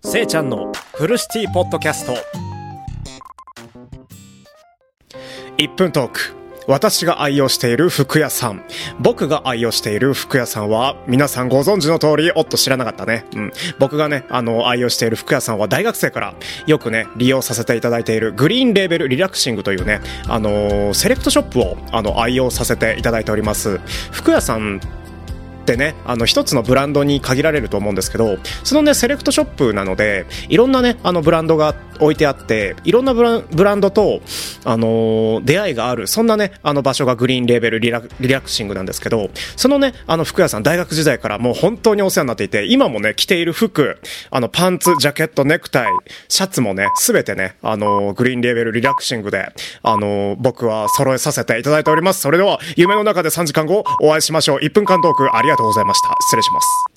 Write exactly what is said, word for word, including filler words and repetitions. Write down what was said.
せいちゃんのフルシティポッドキャスト。いっぷんトーク。私が愛用している服屋さん、僕が愛用している服屋さんは皆さんご存知の通り、おっと知らなかったね、うん、僕がねあの愛用している服屋さんは大学生からよくね利用させていただいているグリーンレーベルリラクシングというねあのー、セレクトショップをあの愛用させていただいております。服屋さんでね、あの一つのブランドに限られると思うんですけど、そのねセレクトショップなのでいろんなねあのブランドが置いてあって、いろんなブラン、ブランドと、あのー、出会いがある、そんなねあの場所がグリーンレーベルリラ、リラクシングなんですけど、そのねあの服屋さん、大学時代からもう本当にお世話になっていて、今もね着ている服、あのパンツ、ジャケット、ネクタイ、シャツもねすべてねあのー、グリーンレーベルリラクシングであのー、僕は揃えさせていただいております。それでは夢の中でさんじかんごお会いしましょう。いっぷんかんトークありがとうございました。失礼します。